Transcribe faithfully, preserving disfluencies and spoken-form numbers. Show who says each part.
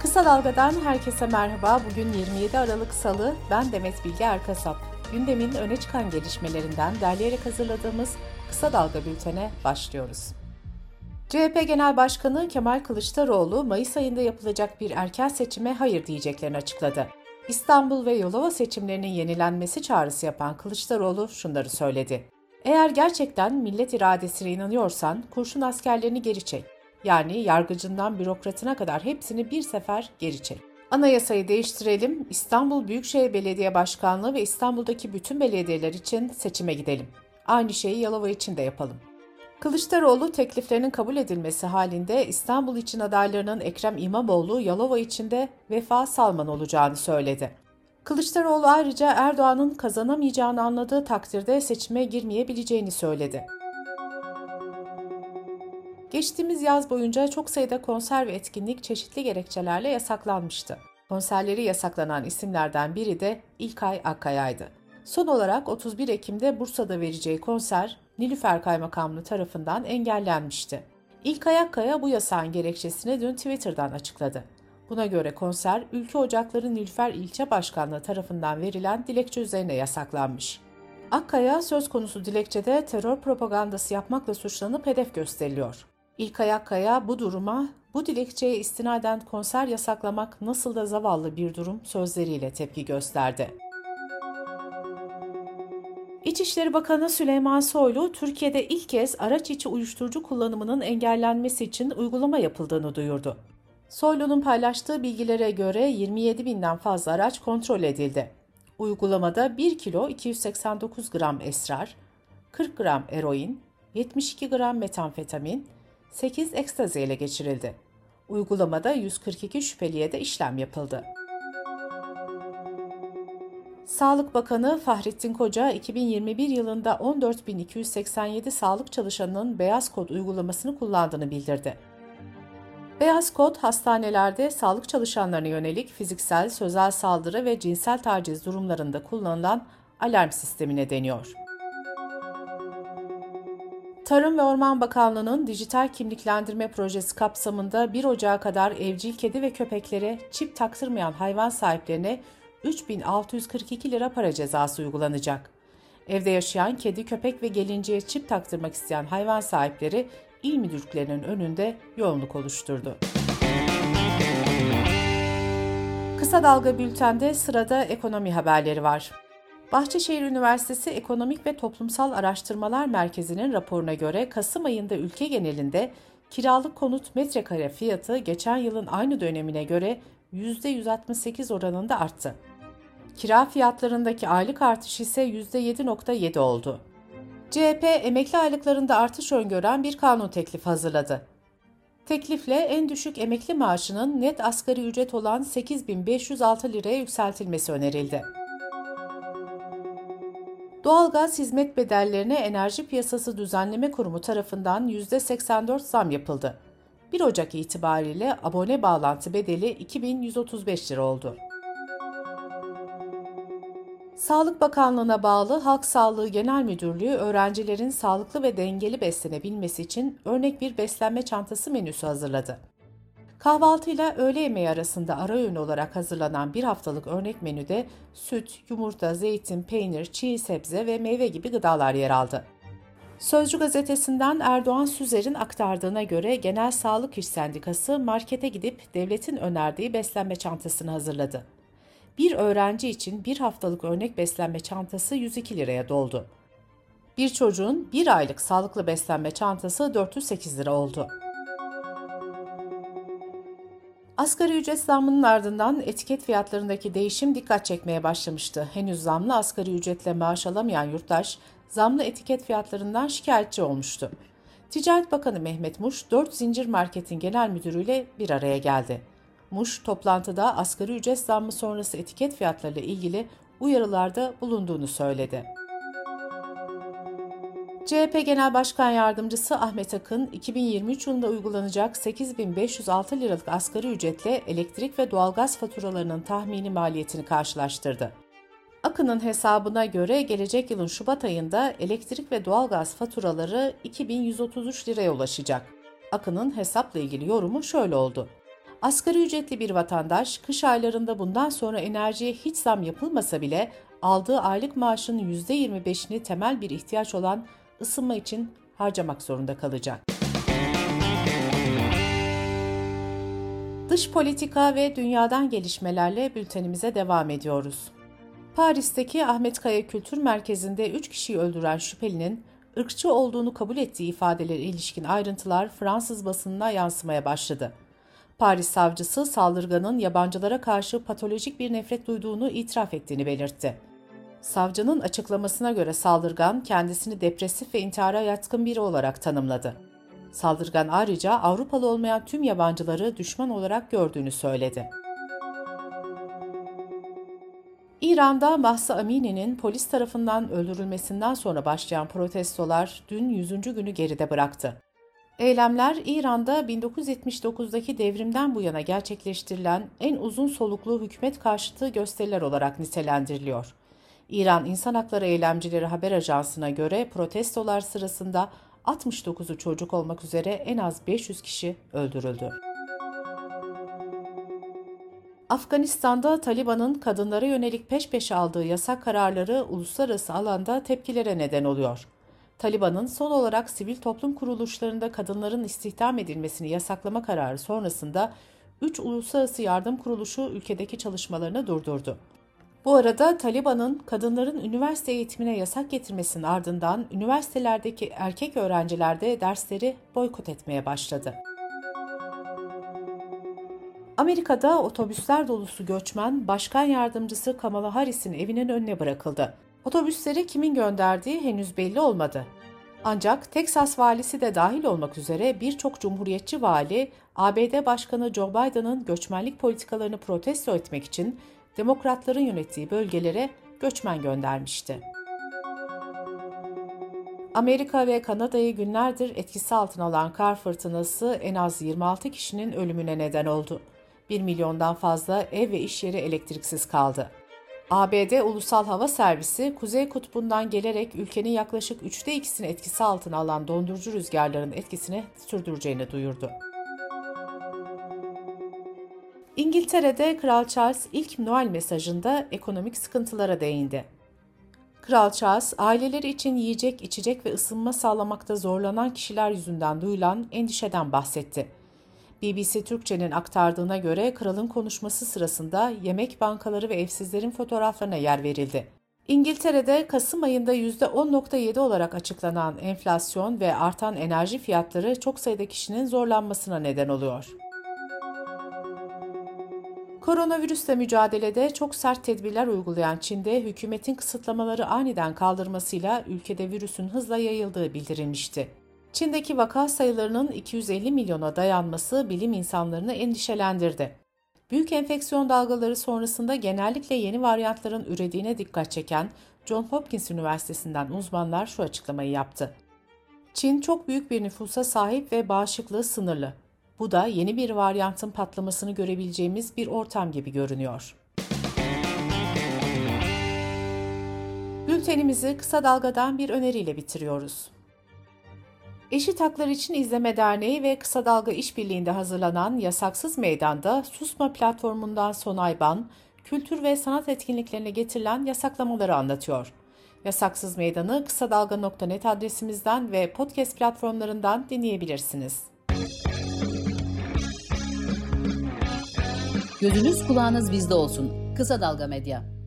Speaker 1: Kısa Dalga'dan herkese merhaba. Bugün yirmi yedi Aralık Salı, ben Demet Bilge Erkasap. Gündemin öne çıkan gelişmelerinden derleyerek hazırladığımız Kısa Dalga bültene başlıyoruz. C H P Genel Başkanı Kemal Kılıçdaroğlu, Mayıs ayında yapılacak bir erken seçime hayır diyeceklerini açıkladı. İstanbul ve Yalova seçimlerinin yenilenmesi çağrısı yapan Kılıçdaroğlu şunları söyledi. Eğer gerçekten millet iradesine inanıyorsan kurşun askerlerini geri çek. Yani yargıcından bürokratına kadar hepsini bir sefer geri çek. Anayasayı değiştirelim, İstanbul Büyükşehir Belediye Başkanlığı ve İstanbul'daki bütün belediyeler için seçime gidelim. Aynı şeyi Yalova için de yapalım. Kılıçdaroğlu tekliflerinin kabul edilmesi halinde İstanbul için adaylarının Ekrem İmamoğlu, Yalova için de Vefa Salman olacağını söyledi. Kılıçdaroğlu ayrıca Erdoğan'ın kazanamayacağını anladığı takdirde seçime girmeyebileceğini söyledi. Geçtiğimiz yaz boyunca çok sayıda konser ve etkinlik çeşitli gerekçelerle yasaklanmıştı. Konserleri yasaklanan isimlerden biri de İlkay Akkaya'ydı. Son olarak otuz bir Ekim'de Bursa'da vereceği konser Nilüfer Kaymakamlığı tarafından engellenmişti. İlkay Akkaya bu yasağın gerekçesini dün Twitter'dan açıkladı. Buna göre konser Ülke Ocakları Nilüfer İlçe Başkanlığı tarafından verilen dilekçe üzerine yasaklanmış. Akkaya söz konusu dilekçede terör propagandası yapmakla suçlanıp hedef gösteriliyor. İlkay Akkaya bu duruma, bu dilekçeye istinaden konser yasaklamak nasıl da zavallı bir durum sözleriyle tepki gösterdi. İçişleri Bakanı Süleyman Soylu, Türkiye'de ilk kez araç içi uyuşturucu kullanımının engellenmesi için uygulama yapıldığını duyurdu. Soylu'nun paylaştığı bilgilere göre yirmi yedi binden fazla araç kontrol edildi. Uygulamada bir kilo iki yüz seksen dokuz gram esrar, kırk gram eroin, yetmiş iki gram metamfetamin, sekiz ekstazi ele geçirildi. Uygulamada yüz kırk iki şüpheliye de işlem yapıldı. Sağlık Bakanı Fahrettin Koca, iki bin yirmi bir yılında on dört bin iki yüz seksen yedi sağlık çalışanının Beyaz Kod uygulamasını kullandığını bildirdi. Beyaz Kod, hastanelerde sağlık çalışanlarına yönelik fiziksel, sözel saldırı ve cinsel taciz durumlarında kullanılan alarm sistemine deniyor. Tarım ve Orman Bakanlığı'nın dijital kimliklendirme projesi kapsamında bir Ocağa kadar evcil kedi ve köpeklere çip taktırmayan hayvan sahiplerine üç bin altı yüz kırk iki lira para cezası uygulanacak. Evde yaşayan kedi, köpek ve gelinciye çip taktırmak isteyen hayvan sahipleri İl müdürlüklerinin önünde yoğunluk oluşturdu. Kısa Dalga bültende sırada ekonomi haberleri var. Bahçeşehir Üniversitesi Ekonomik ve Toplumsal Araştırmalar Merkezi'nin raporuna göre Kasım ayında ülke genelinde kiralık konut metrekare fiyatı geçen yılın aynı dönemine göre yüzde yüz altmış sekiz oranında arttı. Kira fiyatlarındaki aylık artış ise yüzde yedi virgül yedi oldu. C H P emekli aylıklarında artış öngören bir kanun teklifi hazırladı. Teklifle en düşük emekli maaşının net asgari ücret olan sekiz bin beş yüz altı liraya yükseltilmesi önerildi. Doğalgaz hizmet bedellerine Enerji Piyasası Düzenleme Kurumu tarafından yüzde seksen dört zam yapıldı. bir Ocak itibariyle abone bağlantı bedeli iki bin yüz otuz beş lira oldu. Sağlık Bakanlığı'na bağlı Halk Sağlığı Genel Müdürlüğü öğrencilerin sağlıklı ve dengeli beslenebilmesi için örnek bir beslenme çantası menüsü hazırladı. Kahvaltıyla öğle yemeği arasında ara öğün olarak hazırlanan bir haftalık örnek menüde süt, yumurta, zeytin, peynir, çiğ sebze ve meyve gibi gıdalar yer aldı. Sözcü gazetesinden Erdoğan Süzer'in aktardığına göre Genel Sağlık İş Sendikası markete gidip devletin önerdiği beslenme çantasını hazırladı. Bir öğrenci için bir haftalık örnek beslenme çantası yüz iki liraya doldu. Bir çocuğun bir aylık sağlıklı beslenme çantası dört yüz sekiz lira oldu. Asgari ücret zammının ardından etiket fiyatlarındaki değişim dikkat çekmeye başlamıştı. Henüz zamlı asgari ücretle maaş alamayan yurttaş, zamlı etiket fiyatlarından şikayetçi olmuştu. Ticaret Bakanı Mehmet Muş, dört zincir marketin genel müdürüyle bir araya geldi. Muş, toplantıda asgari ücret zammı sonrası etiket fiyatlarıyla ilgili uyarılarda bulunduğunu söyledi. C H P Genel Başkan Yardımcısı Ahmet Akın, iki bin yirmi üç yılında uygulanacak sekiz bin beş yüz altı liralık asgari ücretle elektrik ve doğalgaz faturalarının tahmini maliyetini karşılaştırdı. Akın'ın hesabına göre gelecek yılın Şubat ayında elektrik ve doğalgaz faturaları iki bin yüz otuz üç liraya ulaşacak. Akın'ın hesapla ilgili yorumu şöyle oldu. Asgari ücretli bir vatandaş kış aylarında bundan sonra enerjiye hiç zam yapılmasa bile aldığı aylık maaşın yüzde yirmi beşini temel bir ihtiyaç olan ısınma için harcamak zorunda kalacak. Dış politika ve dünyadan gelişmelerle bültenimize devam ediyoruz. Paris'teki Ahmet Kaya Kültür Merkezi'nde üç kişiyi öldüren şüphelinin ırkçı olduğunu kabul ettiği ifadelere ilişkin ayrıntılar Fransız basınına yansımaya başladı. Paris savcısı saldırganın yabancılara karşı patolojik bir nefret duyduğunu itiraf ettiğini belirtti. Savcının açıklamasına göre saldırgan kendisini depresif ve intihara yatkın biri olarak tanımladı. Saldırgan ayrıca Avrupalı olmayan tüm yabancıları düşman olarak gördüğünü söyledi. İran'da Mahsa Amini'nin polis tarafından öldürülmesinden sonra başlayan protestolar dün yüzüncü günü geride bıraktı. Eylemler İran'da bin dokuz yüz yetmiş dokuzdaki devrimden bu yana gerçekleştirilen en uzun soluklu hükümet karşıtı gösteriler olarak nitelendiriliyor. İran İnsan Hakları Eylemcileri Haber Ajansı'na göre protestolar sırasında altmış dokuzu çocuk olmak üzere en az beş yüz kişi öldürüldü. Afganistan'da Taliban'ın kadınlara yönelik peş peşe aldığı yasak kararları uluslararası alanda tepkilere neden oluyor. Taliban'ın son olarak sivil toplum kuruluşlarında kadınların istihdam edilmesini yasaklama kararı sonrasında üç uluslararası yardım kuruluşu ülkedeki çalışmalarını durdurdu. Bu arada Taliban'ın kadınların üniversite eğitimine yasak getirmesinin ardından üniversitelerdeki erkek öğrenciler de dersleri boykot etmeye başladı. Amerika'da otobüsler dolusu göçmen, Başkan Yardımcısı Kamala Harris'in evinin önüne bırakıldı. Otobüsleri kimin gönderdiği henüz belli olmadı. Ancak Teksas valisi de dahil olmak üzere birçok cumhuriyetçi vali, A B D Başkanı Joe Biden'ın göçmenlik politikalarını protesto etmek için Demokratların yönettiği bölgelere göçmen göndermişti. Amerika ve Kanada'yı günlerdir etkisi altına alan kar fırtınası en az yirmi altı kişinin ölümüne neden oldu. bir milyondan fazla ev ve iş yeri elektriksiz kaldı. A B D Ulusal Hava Servisi, Kuzey Kutbu'ndan gelerek ülkenin yaklaşık üçte ikisini etkisi altına alan dondurucu rüzgarların etkisini sürdüreceğini duyurdu. İngiltere'de Kral Charles ilk Noel mesajında ekonomik sıkıntılara değindi. Kral Charles, aileleri için yiyecek, içecek ve ısınma sağlamakta zorlanan kişiler yüzünden duyulan endişeden bahsetti. B B C Türkçe'nin aktardığına göre kralın konuşması sırasında yemek bankaları ve evsizlerin fotoğraflarına yer verildi. İngiltere'de Kasım ayında yüzde on virgül yedi olarak açıklanan enflasyon ve artan enerji fiyatları çok sayıda kişinin zorlanmasına neden oluyor. Koronavirüsle mücadelede çok sert tedbirler uygulayan Çin'de hükümetin kısıtlamaları aniden kaldırmasıyla ülkede virüsün hızla yayıldığı bildirilmişti. Çin'deki vaka sayılarının iki yüz elli milyona dayanması bilim insanlarını endişelendirdi. Büyük enfeksiyon dalgaları sonrasında genellikle yeni varyantların ürediğine dikkat çeken Johns Hopkins Üniversitesi'nden uzmanlar şu açıklamayı yaptı. Çin çok büyük bir nüfusa sahip ve bağışıklığı sınırlı. Bu da yeni bir varyantın patlamasını görebileceğimiz bir ortam gibi görünüyor. Bültenimizi kısa dalgadan bir öneriyle bitiriyoruz. Eşit Haklar İçin İzleme Derneği ve Kısa Dalga İşbirliği'nde hazırlanan Yasaksız Meydan'da Susma platformundan Sonay Ban, kültür ve sanat etkinliklerine getirilen yasaklamaları anlatıyor. Yasaksız Meydan'ı kısa dalga nokta net adresimizden ve podcast platformlarından dinleyebilirsiniz.
Speaker 2: Gözünüz kulağınız bizde olsun. Kısa Dalga Medya.